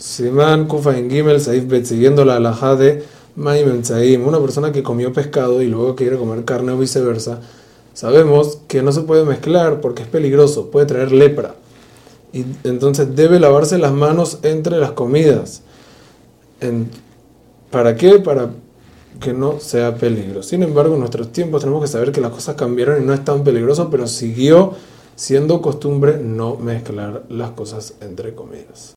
Siman Kufain Gimel Saif Bet, siguiendo la halajá de Maim Emtzaim, una persona que comió pescado y luego quiere comer carne o viceversa, sabemos que no se puede mezclar porque es peligroso, puede traer lepra. Y entonces debe lavarse las manos entre las comidas. ¿Para qué? Para que no sea peligro. Sin embargo, en nuestros tiempos tenemos que saber que las cosas cambiaron y no es tan peligroso, pero siguió siendo costumbre no mezclar las cosas entre comidas.